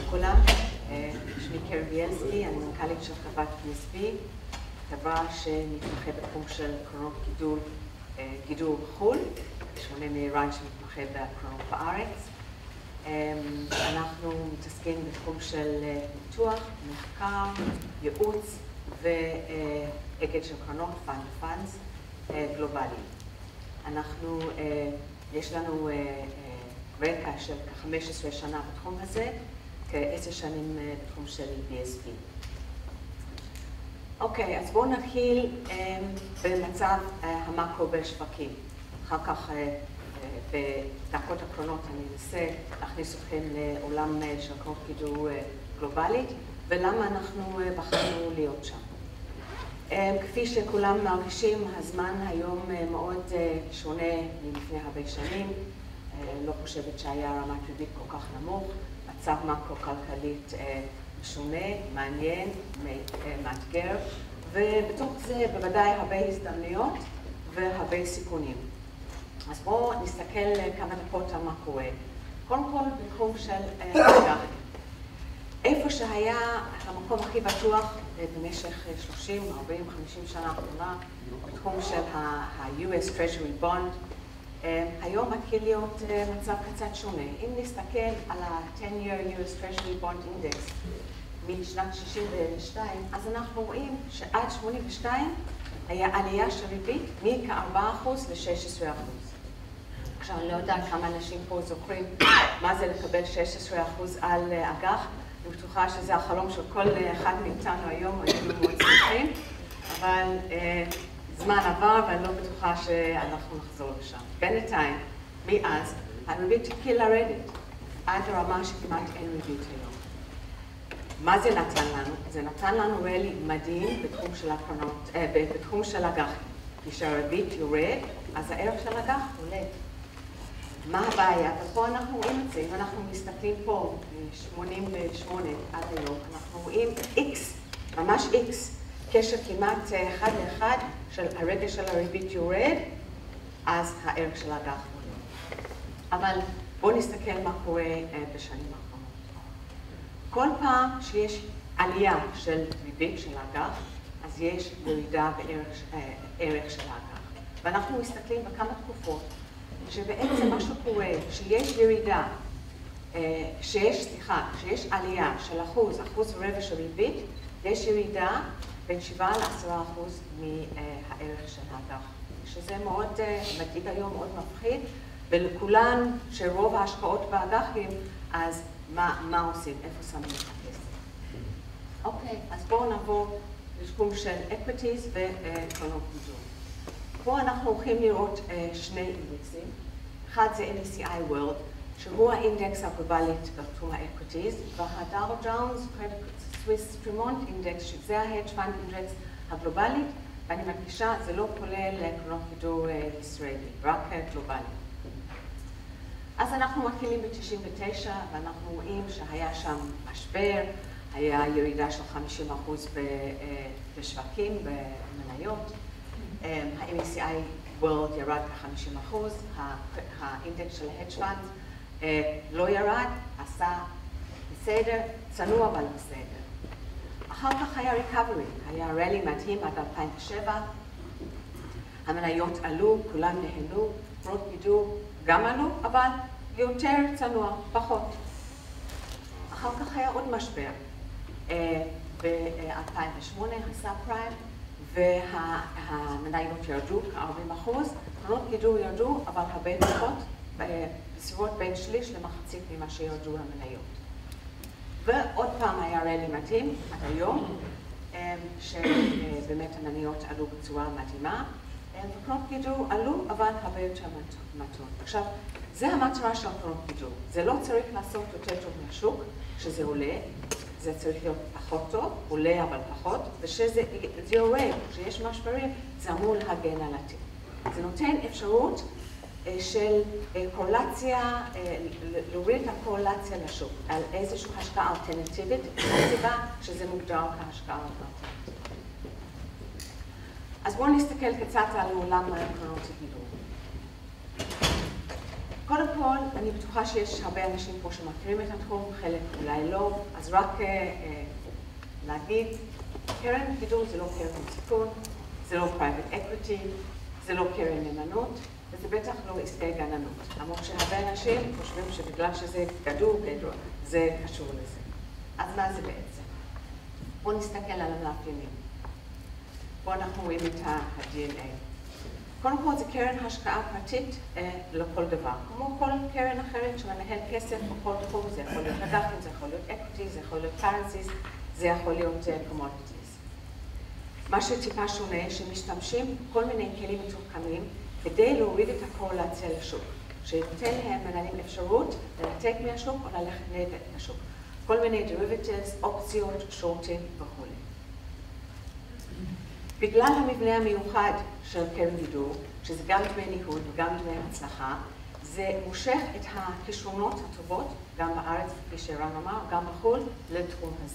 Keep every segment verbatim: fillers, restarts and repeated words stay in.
לכולם, שמי קרן ביאלסקי, אני מנכ"לית של חברת פי אס פי, חברה שמתמחה בתחום של קרנות גידול, גידול בחו"ל, שונה מאיראן שמתמחה בקרנות בארץ. אנחנו מתעסקים בתחום של ניתוח, מחקר, ייעוץ ואגד של קרנות, פאנד פאנדס, גלובליים. אנחנו, יש לנו רקע של כ-חמש עשרה שנה בתחום הזה, כ-עשר שנים בתחום של בי אס פי. אוקיי, אז בואו נתחיל במצב המקרו בשווקים. אחר כך בדקות הקרונות אני אנסה להכניס אתכם לעולם של קרנות גידול גלובלית, ולמה אנחנו בחרנו להיות שם. כפי שכולם מרגישים, הזמן היום מאוד שונה מלפני הרבה שנים. לא חושבת שהיה רמת ריבית כל כך נמוך, מצב מקרו-כלכלית שונה, מעניין, מאתגר, ובתוך זה בוודאי הרבה הזדמנויות והרבה סיכונים. אז בואו נסתכל כמה דקות על מה קורה. קודם כל בתחום של אג"ח. איפה שהיה המקום הכי בטוח במשך שלושים, ארבעים, חמישים שנה האחרונה, בתחום של ה-יו אס Treasury Bond, היום מתחיל להיות מצב קצת שונה. אם נסתכל על ה-עשר year יו אס Treasury Bond Index משנת שישים ושתיים, אז אנחנו רואים שעד שמונים ושתיים היה עלייה של ריבית מ-ארבעה אחוז ל-שישה עשר אחוז. עכשיו, אני לא יודעת כמה אנשים פה זוכרים מה זה לקבל שישה עשר אחוז על אג"ח. אני בטוחה שזה החלום של כל אחד מאיתנו היום, היינו מאוד שמחים, אבל זמן עבר ואני לא בטוחה שאנחנו נחזור לשם. בינתיים, מאז, הריבית התחילה לרדת עד הרמה שכמעט אין ריבית היום. מה זה נתן לנו? זה נתן לנו רלי מדהים בתחום של הקרנות, בתחום של אג"חים. כשהריבית יורד, אז הערך של אג"ח עולה. מה הבעיה? ופה אנחנו רואים את זה, אם אנחנו מסתכלים פה, שמונים ושמונה עד היום, אנחנו רואים X, ממש X, קשר כמעט אחד לאחד של הרגע של הריבית יורד, אז הערך של האג"ח עולה. אבל בואו נסתכל מה קורה בשנים האחרונות. כל פעם שיש עלייה של ריבית של האג"ח, אז יש ירידה בערך של האג"ח. ואנחנו מסתכלים בכמה תקופות, שבעצם מה שקורה, שיש ירידה, שיש, סליחה, שיש עלייה של אחוז, אחוז ורבע של ריבית, יש ירידה בין שבעה לעשרה אחוז מהערך של האג"ח. שזה מאוד מדאיג היום, מאוד מפחיד, ולכולן שרוב ההשקעות באג"חים, אז מה, מה עושים? איפה שמים את הכסף? אוקיי, אז בואו נעבור לתחום של equities וקרנות גידול. פה אנחנו הולכים לראות uh, שני אינדקסים. אחד זה אם אי סי איי World, שהוא האינדקס הגלובלית בתחום ה-Equities, וה-Dow Jones Credit Suisse Tremont Index, שזה ה-Hedge Fund Index הגלובלית, ואני מדגישה, זה לא כולל קרנות גידול uh, ישראלי, רק uh, גלובלי. אז אנחנו מתחילים ב-תשעים ותשע, ואנחנו רואים שהיה שם משבר, היה ירידה של חמישים אחוז בשווקים, במניות. ה-אם אי סי איי World ירד ב-חמישים אחוז, האינדקס של ה-Hedge Fund לא ירד, עשה בסדר, צנוע אבל בסדר. אחר כך היה recovery, היה רלי מדהים עד אלפיים ושבע, המניות עלו, כולם נהנו, קרנות גידול גם עלו, אבל יותר צנוע, פחות. אחר כך היה עוד משבר, ב-אלפיים ושמונה, הסאב פריים, והמניות ירדו כ-ארבעים אחוז, קרנות גידול ירדו, אבל הרבה פחות, בסביבות בין שליש למחצית ממה שירדו המניות. ועוד פעם היה רלי מדהים עד היום, שבאמת המניות עלו בצורה מדהימה, וקרנות גידול עלו, אבל הרבה יותר מתון. עכשיו, זה המטרה של קרנות גידול. זה לא צריך לעשות יותר טוב מהשוק, שזה עולה, זה צריך להיות פחות טוב, עולה אבל פחות, ושזה יורד, כשיש משברים, זה אמור להגן על התיק. זה נותן אפשרות של קורלציה, להוריד את הקורלציה לשוק, על איזושהי השקעה אלטרנטיבית, הסיבה שזה מוגדר כהשקעה אלטרנטיבית. אז בואו נסתכל קצת על עולם קרנות הגידול. קודם כל, אני בטוחה שיש הרבה אנשים פה שמכירים את התחום, חלק אולי לא, אז רק אה, אה, להגיד, קרן גידור זה לא קרן סיכון, זה לא private equity, זה לא קרן נאמנות, וזה בטח לא עסקי גננות. למרות שהרבה אנשים חושבים שבגלל שזה גדור, גדור, זה קשור לזה. אז מה זה בעצם? בואו נסתכל על המאפיינים. פה אנחנו רואים את ה-די אן איי. קודם כל זה קרן השקעה פרטית אה, לכל דבר. כמו כל קרן אחרת שמנהל כסף בכל תחום, זה יכול להיות אג"חים, זה יכול להיות equity, זה יכול להיות currencies, זה יכול להיות uh, commodities. מה שטיפה שונה, שמשתמשים כל מיני כלים מתוחכמים כדי להוריד את הקורלציה לשוק, שנותן להם מנהלים אפשרות לנתק מהשוק או ללכת נגד השוק. כל מיני derivatives, אופציות, שורטים וכו'. בגלל המבנה המיוחד של קרן גידור, שזה גם דמי ניהול וגם דמי הצלחה, זה מושך את הכישרונות הטובות, גם בארץ, כפי שרן אמר, גם בחו"ל, לתחום הזה.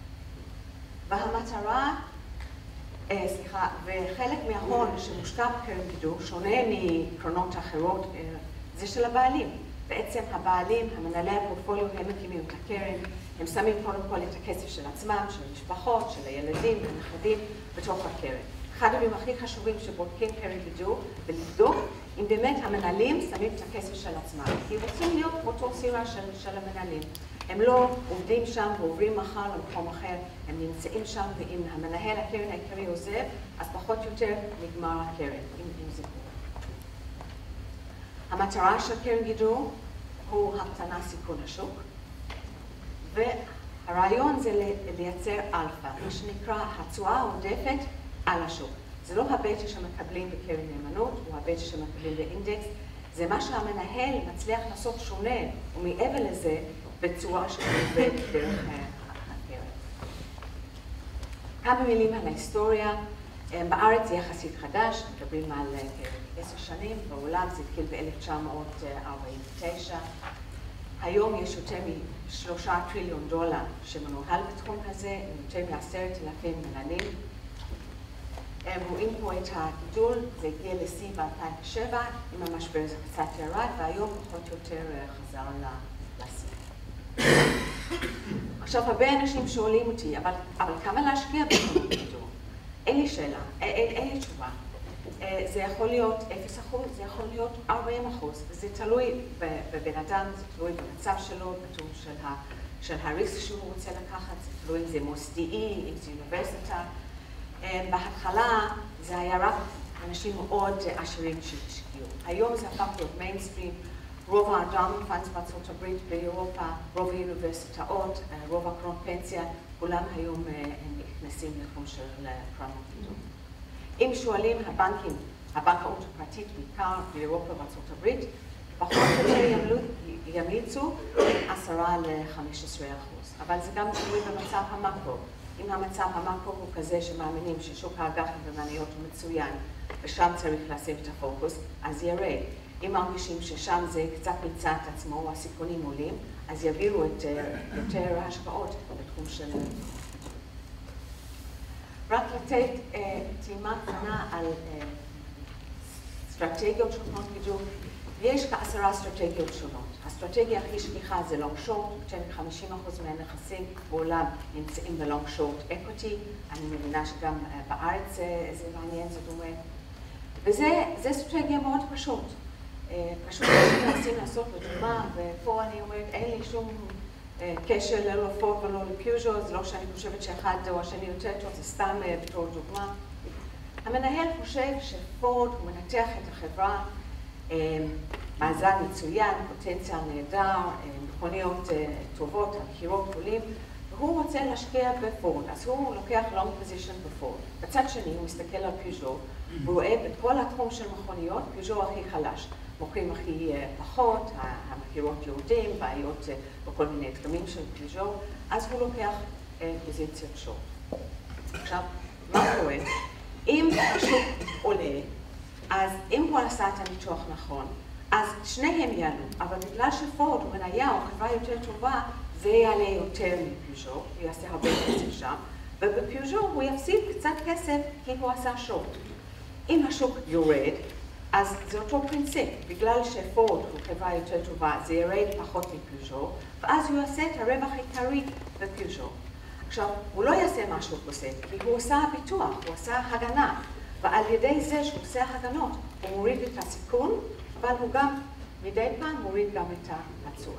והמטרה, אה, סליחה, וחלק מההון שמושקע בקרן גידור, שונה מקרנות אחרות, אה, זה של הבעלים. בעצם הבעלים, המנהלי הפורטפוליו, הם מקימים את הקרן, הם שמים קודם כל את הכסף של עצמם, של המשפחות, של הילדים, הנכדים, בתוך הקרן. אחד הדברים הכי חשובים שבודקים קרן גידור, ולבדוק אם באמת המנהלים שמים את הכסף של עצמם. כי רוצים להיות באותו סירה של, של המנהלים. הם לא עובדים שם ועוברים מחר למקום אחר, הם נמצאים שם, ואם המנהל הקרן העיקרי עוזב, אז פחות או יותר נגמר הקרן, אם, אם זה קורה. המטרה של קרן גידור הוא הקטנה סיכון השוק, והרעיון זה לייצר אלפא, מה שנקרא התשואה העודפת על השוק. זה לא הבטא שמקבלים בקרן נאמנות, או הבטא שמקבלים באינדקס, זה מה שהמנהל מצליח לעשות שונה, ומעבר לזה, בצורה שעובדת דרך הקרן. כמה מילים על ההיסטוריה. בארץ זה יחסית חדש, מדברים על עשר שנים, בעולם זה התחיל ב-אלף תשע מאות ארבעים ותשע. היום יש יותר משלושה טריליון דולר שמנוהל בתחום הזה, יותר מעשרת אלפים מנהלים. הם רואים פה את הגידול, זה הגיע לשיא ב-אלפיים ושבע, עם המשבר זה קצת ירד, והיום פחות או יותר חזר לשיא. עכשיו, הרבה אנשים שואלים אותי, אבל, אבל כמה להשקיע בתחום הגידול? אין לי שאלה, אין, אין לי תשובה. זה יכול להיות אפס אחוז, זה יכול להיות ארבעים אחוז, וזה תלוי בבן אדם, זה תלוי במצב שלו, בתחום של, ה, של הריסק שהוא רוצה לקחת, זה תלוי אם זה מוסדי, אם זה אוניברסיטה. בהתחלה זה היה רק אנשים מאוד עשירים שהשקיעו. היום זה הפך להיות מיינסטרים, רוב האנדאומנט פאנדס בארצות הברית, באירופה, רוב האוניברסיטאות, רוב הקרנות פנסיה, כולם היום נכנסים לתחום של קרנות גידור. אם שואלים הבנקים, הבנקאות הפרטית בעיקר באירופה ובארצות הברית, פחות או יותר ימליצו עשרה לחמש עשרה אחוז. אבל זה גם תלוי במצב המקרו. אם המצב המקרו הוא כזה שמאמינים ששוק האג"חים ומניות הוא מצוין, ושם צריך לשים את הפוקוס, אז ירד. אם מרגישים ששם זה קצת נמצא את עצמו, הסיכונים עולים, אז יביאו את יותר השקעות בתחום של... רק לתת טעימה קטנה על אסטרטגיות של קרנות גידור. יש כעשרה אסטרטגיות שונות. האסטרטגיה הכי שכיחה זה לונג שורט, יותר מ-חמישים אחוז מהנכסים בעולם נמצאים בלונג שורט אקוויטי. אני מבינה שגם בארץ זה מעניין, זה דומה. וזה אסטרטגיה מאוד פשוט. פשוט מנסים לעשות לדוגמה, ופה אני אומרת, אין לי שום קשר לא לפורד ולא לפיוז'ו, זה לא שאני חושבת שאחד או השני יותר טוב, זה סתם בתור דוגמה. המנהל חושב שפורד הוא מנתח את החברה, מאזן מצוין, פוטנציאל נהדר, מכוניות טובות, המחירות עולים, והוא רוצה להשקיע בפורד, אז הוא לוקח long position בפורד. בצד שני הוא מסתכל על פיוז'ו, והוא רואה את כל התחום של מכוניות, פיוז'ו הכי חלש. מוכרים הכי פחות, המחירות יורדים, בעיות בכל מיני תחומים של פיוז'ו, אז הוא לוקח פוזיציות שורט. עכשיו, מה קורה? אם השוק עולה, אז אם הוא עשה את הניתוח נכון, אז שניהם יעלו, אבל בגלל שפורד הוא מניה או חברה יותר טובה, זה יעלה יותר מפיוז'ו, הוא יעשה הרבה כסף שם, ובפיוז'ו הוא יפסיד קצת כסף כי הוא עשה שורט. אם השוק יורד, אז זה אותו פרינציפ, בגלל שפורד הוא חברה יותר טובה, זה ירד פחות מפיוז'ו, ואז הוא יעשה את הרווח העיקרי בפיוז'ו. עכשיו, הוא לא יעשה מה שהוא עושה, כי הוא עושה ביטוח, הוא עושה הגנה, ועל ידי זה שהוא עושה הגנות, הוא מוריד את הסיכון, אבל הוא גם מדי פעם מוריד גם את התשואה.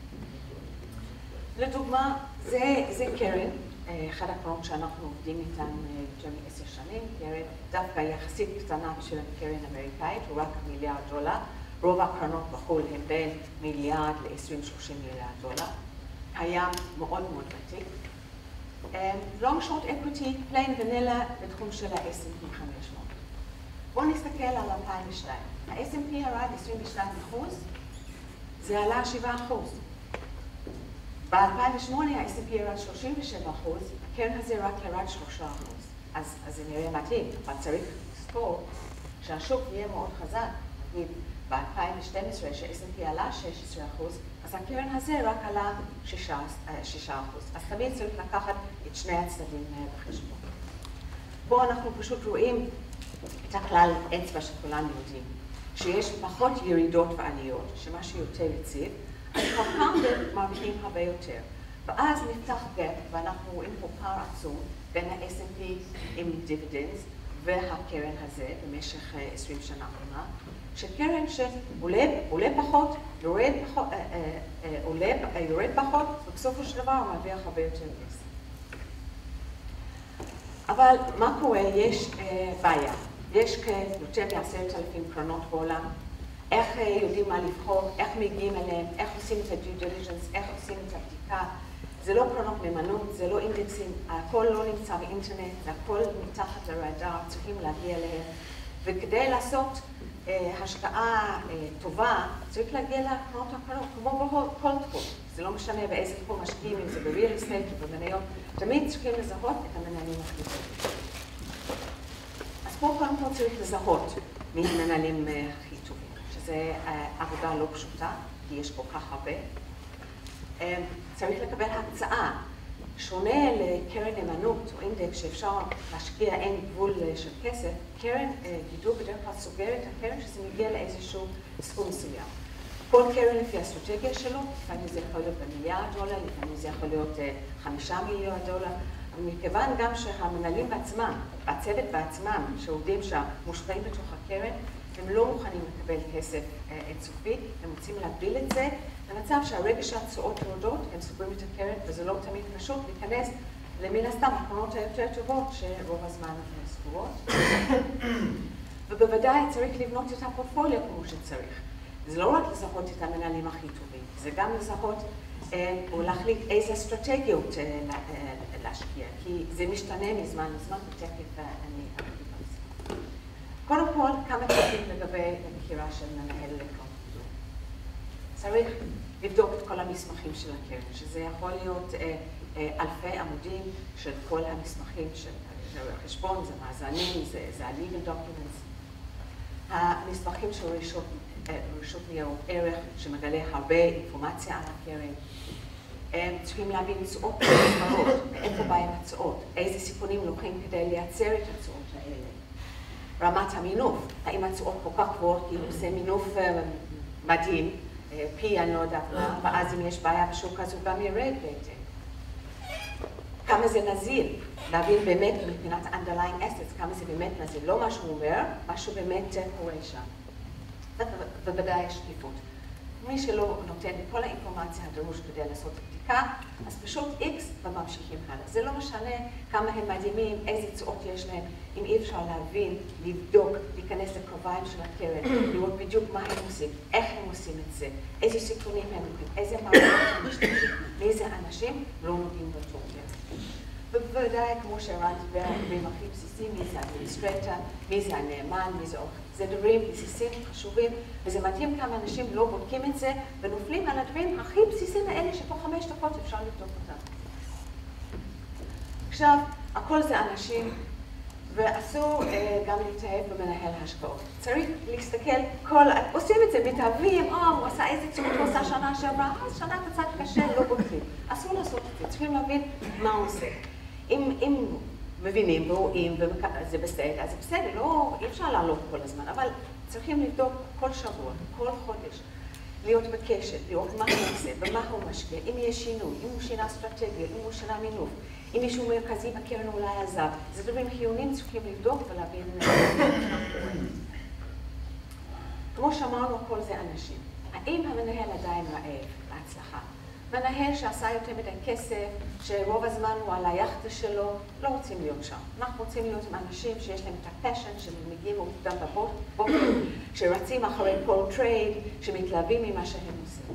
לדוגמה, זה, זה קרן, אחד הקרנות שאנחנו עובדים איתן יותר מעשר שנים, קרן דווקא יחסית קטנה בשביל הקרן אמריקאית, הוא רק מיליארד דולר. רוב הקרנות בחו"ל הם בין מיליארד ל-עשרים שלושים מיליארד דולר. קיים מאוד מאוד ותיק. long short equity, plain vanilla, בתחום של ה-אס אנד פי חמש מאות. בואו נסתכל על אלפיים ושתיים. ה-אס אנד פי ירד עשרים ושתיים אחוז, זה עלה שבעה אחוז. ב-אלפיים ושמונה ה-אס אנד פי ירד שלושים ושבע אחוז, הקרן הזה רק ירד שלושה אחוז. אז, אז זה נראה מדהים, אבל צריך לזכור שהשוק יהיה מאוד חזק. נגיד, ב-אלפיים ושתים עשרה שה-אס אנד פי עלה שש עשרה אחוז, אז הקרן הזה רק עלה שישה אחוז. אז תמיד צריך לקחת את שני הצדדים בחשבון. פה אנחנו פשוט רואים את הכלל אצבע שכולם יודעים, שיש פחות ירידות ועליות, שמשהו יותר יציב, אז קומפאונד מרוויחים הרבה יותר. ואז נפתח גאפ, ואנחנו רואים פה פער עצום בין ה-אס אנד פי עם דיבידנדס והקרן הזה במשך עשרים שנה האחרונה, שקרן שעולה פחות, יורד פחות, עולה, יורד פחות, ובסופו של דבר הוא מרוויח הרבה יותר כסף. אבל מה קורה? יש בעיה. יש יותר מעשרת אלפים קרנות בעולם. איך יודעים מה לבחור, איך מגיעים אליהם, איך עושים את ה-due diligence, איך עושים את הבדיקה. זה לא קרנות ממנות, זה לא אינדקסים, הכל לא נמצא באינטרנט, זה הכל מתחת לרדאר, צריכים להגיע אליהם. וכדי לעשות אה, השקעה אה, טובה, צריך להגיע לקרנות הקרנות, כמו בכל תחום. זה לא משנה באיזה תחום משקיעים, אם זה ב-real estate או במניות, תמיד צריכים לזהות את המנהלים הכי טובים. אז פה קודם כל צריך לזהות מי המנהלים הכי טובים, שזה אה, עבודה לא פשוטה, כי יש כל כך הרבה. אה, צריך לקבל הקצאה. שונה לקרן נאמנות או אינדקס שאפשר להשקיע אין גבול של כסף, קרן גידור בדרך כלל סוגרת את הקרן שזה מגיע לאיזשהו סכום מסוים. כל קרן לפי האסטרטגיה שלו, לפעמים זה יכול להיות במיליארד דולר, לפעמים זה יכול להיות חמישה מיליון דולר, אבל מכיוון גם שהמנהלים בעצמם, הצוות בעצמם שעובדים שם מושקעים בתוך הקרן, הם לא מוכנים לקבל כסף אינסופי, הם רוצים להגביל את זה למצב שהרגע שהתשואות יורדות, הם סוגרים את הקרן, וזה לא תמיד פשוט להיכנס למן הסתם הקרנות היותר טובות שרוב הזמן הן סגורות. ובוודאי צריך לבנות את הפורטפוליו כמו שצריך. זה לא רק לזהות את המנהלים הכי טובים, זה גם לזהות או להחליט איזה אסטרטגיות להשקיע, כי זה משתנה מזמן לזמן, ותכף אני ארחיב על זה. קודם כל, כמה דברים לגבי הבחירה של מנהל לקרנות. צריך לבדוק את כל המסמכים של הקרן, שזה יכול להיות אה, אה, אלפי עמודים של כל המסמכים של חשבון, זה מאזנים, זה, זה ה-legal documents. המסמכים של רשות, אה, רשות ניירות ערך, שמגלה הרבה אינפורמציה על הקרן. הם צריכים להבין תשואות מספרות, מאיפה באים התשואות, איזה סיכונים לוקחים כדי לייצר את התשואות האלה. רמת המינוף, האם התשואות כל כך גבוהות, כי הוא עושה מינוף אה, מדהים, פי אני לא יודעת מה, ואז אם יש בעיה בשוק אז הוא גם ירד בהתאם. כמה זה נזיל, להבין באמת מבחינת underlying assets, כמה זה באמת נזיל, לא מה שהוא אומר, משהו באמת קורה שם. ובוודאי יש שקיפות. מי שלא נותן את כל האינפורמציה הדרוש כדי לעשות בדיקה, אז פשוט X וממשיכים הלאה. זה לא משנה כמה הם מדהימים, איזה תשואות יש להם, אם אי אפשר להבין, לבדוק, להיכנס לקרביים של הקרן, לראות בדיוק מה הם עושים, איך הם עושים את זה, איזה סיכונים הם לוקחים, איזה מערכות הם משתמשים, מאיזה אנשים לא נוגעים בתור קרן. ובוודאי, כמו שהראה דיבר, הדברים הכי בסיסיים, מי זה האדמיניסטרטור, מי זה הנאמן, מי זה עורך. זה דברים בסיסיים, חשובים, וזה מדהים כמה אנשים לא בודקים את זה, ונופלים על הדברים הכי בסיסיים האלה שתוך חמש דקות אפשר לבדוק אותם. עכשיו, הכל זה אנשים, ואסור אה, גם להתאהב במנהל ההשקעות. צריך להסתכל, כל, עושים את זה, מתאהבים, או, הוא עשה איזה צומת, הוא עשה שנה שעברה, אז שנה קצת קשה, לא בודקים. אסור לעשות את זה, צריכים להבין מה הוא עושה. אם, אם מבינים ורואים וזה בסדר, אז זה בסדר, לא, אי אפשר לעלות כל הזמן, אבל צריכים לבדוק כל שבוע, כל חודש, להיות בקשר, לראות מה הוא עושה, במה הוא משקיע, אם יש שינוי, אם הוא שינה אסטרטגיה, אם הוא שינה מינוף, אם מישהו מרכזי בקרן אולי עזב. זה דברים חיוניים צריכים לבדוק ולהבין מה קורה. כמו שאמרנו, הכל זה אנשים. האם המנהל עדיין רעב להצלחה? מנהל שעשה יותר מדי כסף, שרוב הזמן הוא על היאכטה שלו, לא רוצים להיות שם. אנחנו רוצים להיות עם אנשים שיש להם את הפשן, שמגיעים מוקדם בבוקר, שרצים אחרי כל טרייד, שמתלהבים ממה שהם עושים.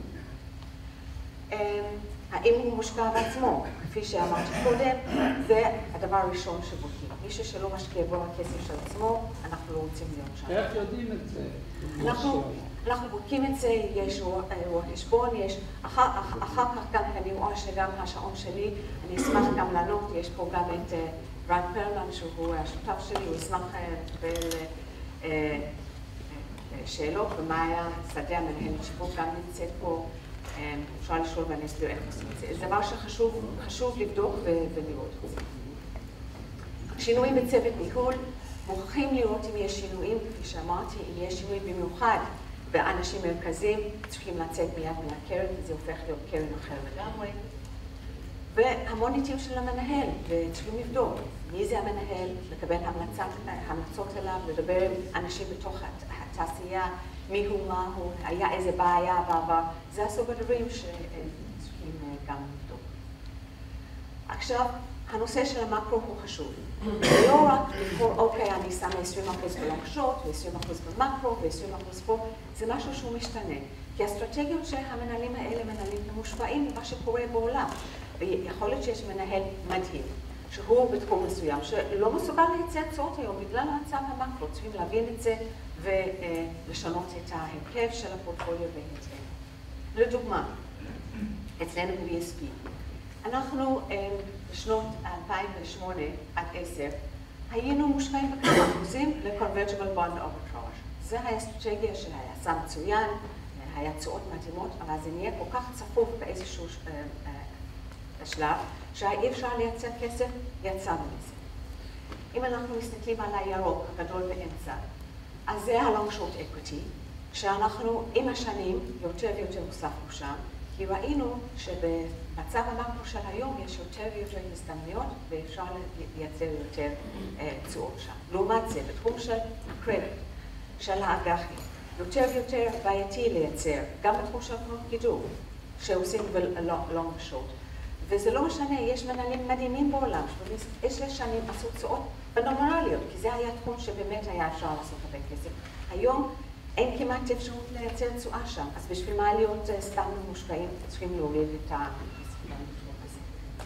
האם הוא מושקע בעצמו? כפי שאמרתי קודם, זה הדבר הראשון שבודקים. מישהו שלא משקיע בו הכסף של עצמו, אנחנו לא רוצים להיות שם. איך יודעים את זה? אנחנו, אנחנו בודקים את זה, יש רואה חשבון, יש אחר, אחר כך גם, אני רואה שגם השעון שלי, אני אשמח גם לענות, יש פה גם את רן פרלמן, שהוא השותף שלי, הוא ישמח לקבל שאלות, ומאיה שדה המנהלת שבו גם נמצאת פה, אפשר לשאול ואני אסביר איך עושים את זה. זה דבר שחשוב לבדוק ולראות את זה. שינויים בצוות ניהול, מוכרחים לראות אם יש שינויים, כפי שאמרתי, אם יש שינויים במיוחד באנשים מרכזיים, צריכים לצאת מיד מהקרן, וזה הופך להיות קרן אחר לגמרי. והמוניטים של המנהל, וצריכים לבדוק מי זה המנהל, לקבל המלצת, המלצות אליו, לדבר עם אנשים בתוך התעשייה, מי הוא, מה הוא, היה איזה בעיה בעבר. זה הסוג הדברים שצריכים גם לבדוק. עכשיו, הנושא של המקרו הוא חשוב. לא רק לקרוא, אוקיי, אני שמה עשרים אחוז בלחשות, ו-עשרים אחוז במקרו, ו-עשרים אחוז פה, זה משהו שהוא משתנה. כי האסטרטגיות שהמנהלים האלה מנהלים הם מושפעים ממה שקורה בעולם. ויכול להיות שיש מנהל מדהים, שהוא בתחום מסוים, שלא מסוגל לייצר תשואות היום בגלל המצב המקרו. צריכים להבין את זה ולשנות את ההרכב של הפורטפוליו בהתאם. לדוגמה, אצלנו ב-וי אס פי, אנחנו בשנות אלפיים ושמונה עד עשר היינו מושקעים בכמה אחוזים ל-Convertible Bond Arbitrage. זה האסטרטגיה שעשה מצוין, היה תשואות מתאימות, אבל זה נהיה כל כך צפוף באיזשהו שלב, שאי אפשר לייצר כסף, יצאנו מזה. אם אנחנו מסתכלים על הירוק הגדול באמצע, אז זה ה-Long Short Equity, שאנחנו עם השנים יותר ויותר הוספנו שם, כי ראינו שבמצב המקרו של היום יש יותר ויותר הזדמנויות ואפשר לייצר יותר תשואות שם. לעומת זה, בתחום של הקרדיט, של האג"חים, יותר ויותר בעייתי לייצר, גם בתחום של קרנות גידור, שעושים בלונג ושורט. וזה לא משנה, יש מנהלים מדהימים בעולם, שבעשר שנים עשו תשואות פנומנליות, כי זה היה תחום שבאמת היה אפשר לעשות הרבה כסף. היום אין כמעט אפשרות לייצר תשואה שם, אז בשביל מה להיות סתם מושקעים, צריכים להוריד את המספרים הזה.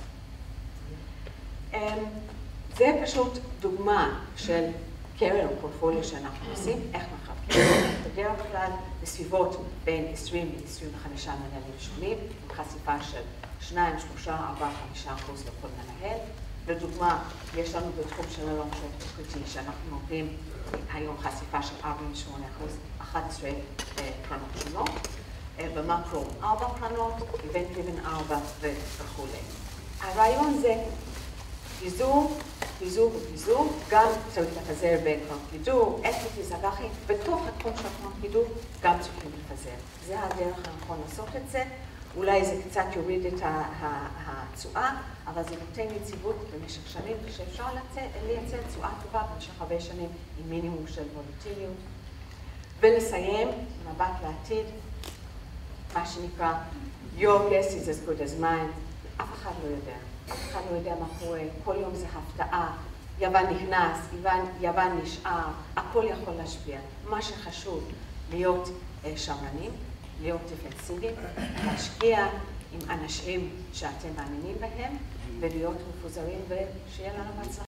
זה פשוט דוגמה של קרן או פורטפוליו שאנחנו עושים, איך מחלקים. בדרך כלל בסביבות בין עשרים ל-עשרים וחמישה מנהלים שונים, עם חשיפה של שניים, שלושה, ארבעה, חמישה אחוז לכל מנהל. לדוגמה, יש לנו בתחום של ה-Long Short Equity שאנחנו נותנים היום חשיפה של ארבעים ושמונה אחוז, אחת עשרה קרנות שונות. במקרו ארבע קרנות, איבנט ריבן ארבע וכו'. הרעיון זה פיזור, פיזור ופיזור, גם צריך לפזר בין קרנות גידור, אקוויטיז, אג"חים, בתוך התחום של קרנות גידור גם צריכים לפזר. זה הדרך הנכון לעשות את זה. אולי זה קצת יוריד את התשואה, אבל זה נותן יציבות במשך שנים, שאפשר לייצר תשואה טובה במשך הרבה שנים עם מינימום של וולטיליות. ולסיים, מבט לעתיד, מה שנקרא, your guess is as good as mine, אף אחד לא יודע. אף אחד לא יודע מה קורה, כל יום זה הפתעה, יוון נכנס, יוון, יוון נשאר, הכל יכול להשפיע. מה שחשוב, להיות שמרנים, להיות דיפנסיביים, להשקיע עם אנשים שאתם מאמינים בהם, ולהיות מפוזרים ושיהיה לנו בהצלחה.